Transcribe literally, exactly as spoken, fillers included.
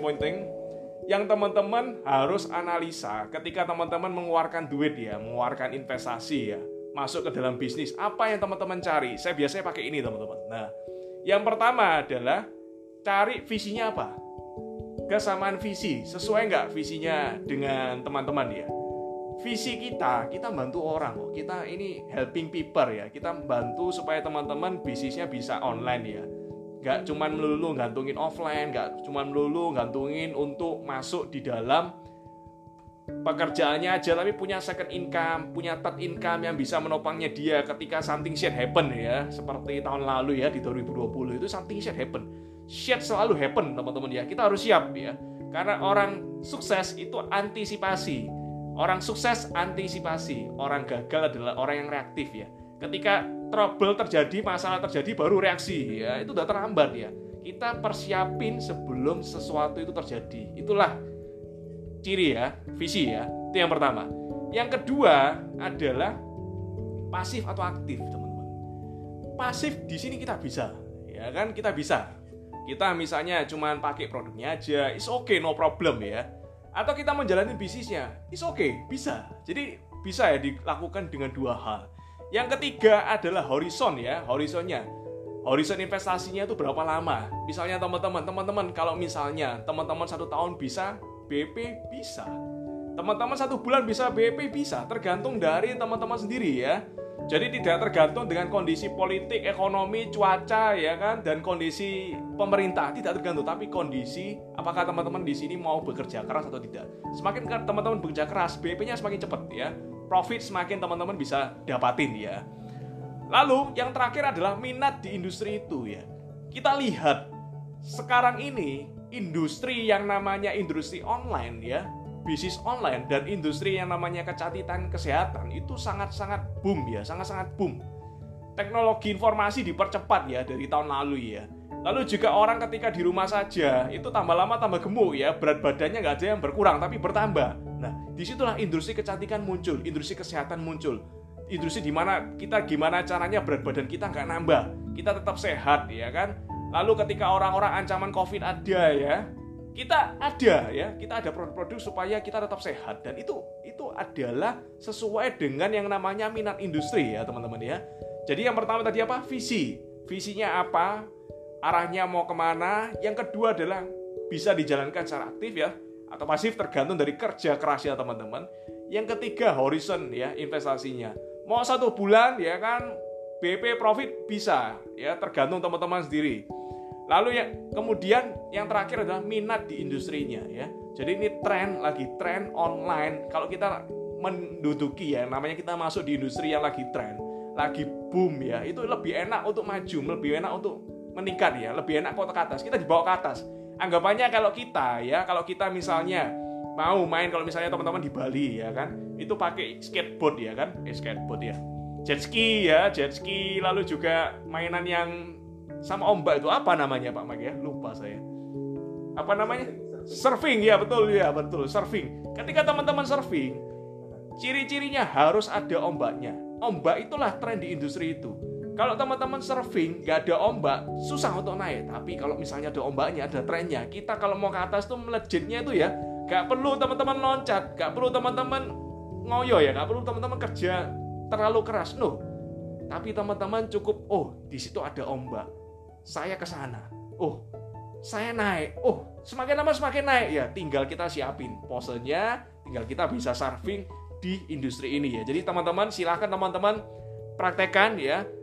poin-poin yang teman-teman harus analisa ketika teman-teman mengeluarkan duit ya, mengeluarkan investasi ya, masuk ke dalam bisnis. Apa yang teman-teman cari? Saya biasanya pakai ini teman-teman. Nah, yang pertama adalah cari visinya apa? Kesamaan visi, sesuai nggak visinya dengan teman-teman ya? Visi kita, kita bantu orang kok. Kita ini helping people ya. Kita bantu supaya teman-teman bisnisnya bisa online ya. Nggak cuma melulu gantungin offline, nggak cuma melulu gantungin untuk masuk di dalam pekerjaannya aja, tapi punya second income, punya third income yang bisa menopangnya dia ketika something shit happen ya. Seperti tahun lalu ya, di dua ribu dua puluh itu something shit happen. Shit selalu happen teman-teman ya, kita harus siap ya. Karena orang sukses itu antisipasi. Orang sukses antisipasi, orang gagal adalah orang yang reaktif ya. Ketika trouble terjadi, masalah terjadi, baru reaksi ya, itu udah terlambat ya. Kita persiapin sebelum sesuatu itu terjadi. Itulah ciri ya, visi ya. Itu yang pertama. Yang kedua adalah pasif atau aktif, teman-teman. Pasif di sini kita bisa, ya kan, kita bisa. Kita misalnya cuman pakai produknya aja, it's okay, no problem ya. Atau kita menjalani bisnisnya, it's okay, bisa. Jadi bisa ya dilakukan dengan dua hal. Yang ketiga adalah horizon ya, horizonnya. Horizon investasinya itu berapa lama? Misalnya teman-teman, teman-teman kalau misalnya teman-teman satu tahun bisa, B P bisa. Teman-teman satu bulan bisa, B P bisa. Tergantung dari teman-teman sendiri ya. Jadi tidak tergantung dengan kondisi politik, ekonomi, cuaca ya kan, dan kondisi pemerintah. Tidak tergantung, tapi kondisi apakah teman-teman di sini mau bekerja keras atau tidak. Semakin teman-teman bekerja keras, B P-nya semakin cepat ya. Profit semakin teman-teman bisa dapatin ya. Lalu yang terakhir adalah minat di industri itu ya. Kita lihat sekarang ini industri yang namanya industri online ya, bisnis online dan industri yang namanya kecantikan kesehatan itu sangat-sangat boom ya, sangat-sangat boom. Teknologi informasi dipercepat ya dari tahun lalu ya. Lalu juga orang ketika di rumah saja itu tambah lama tambah gemuk ya, berat badannya nggak ada yang berkurang tapi bertambah. Nah, disitulah industri kecantikan muncul, industri kesehatan muncul, industri di mana kita gimana caranya berat badan kita nggak nambah, kita tetap sehat ya kan. Lalu ketika orang-orang ancaman COVID ada ya, kita ada ya, kita ada produk-produk supaya kita tetap sehat dan itu itu adalah sesuai dengan yang namanya minat industri ya teman-teman ya. Jadi yang pertama tadi apa? Visi, visinya apa? Arahnya mau kemana? Yang kedua adalah bisa dijalankan secara aktif ya atau pasif tergantung dari kerja kerasnya teman-teman. Yang ketiga horizon ya investasinya. Mau satu bulan ya kan B P profit bisa ya tergantung teman-teman sendiri. Lalu yang kemudian yang terakhir adalah minat di industrinya ya. Jadi ini tren lagi tren online. Kalau kita menduduki ya namanya kita masuk di industri yang lagi tren, lagi boom ya, itu lebih enak untuk maju, lebih enak untuk meningkat ya, lebih enak kok ke atas. Kita dibawa ke atas. Anggapannya kalau kita ya, kalau kita misalnya mau main, kalau misalnya teman-teman di Bali ya kan, itu pakai skateboard ya kan, eh skateboard ya, jet ski ya, jet ski, lalu juga mainan yang sama ombak itu apa namanya Pak Mag ya? Lupa saya. Apa namanya? Surfing ya, betul ya, betul, surfing. Ketika teman-teman surfing, ciri-cirinya harus ada ombaknya. Ombak itulah tren di industri itu. Kalau teman-teman surfing nggak ada ombak, susah untuk naik. Tapi kalau misalnya ada ombaknya, ada trennya, kita kalau mau ke atas tuh melejitnya itu ya, nggak perlu teman-teman loncat, nggak perlu teman-teman ngoyo ya, nggak perlu teman-teman kerja terlalu keras, no. Tapi teman-teman cukup, oh di situ ada ombak, saya ke sana, oh saya naik, oh semakin lama semakin naik ya. Tinggal kita siapin posenya, tinggal kita bisa surfing di industri ini ya. Jadi teman-teman silahkan teman-teman praktekkan ya.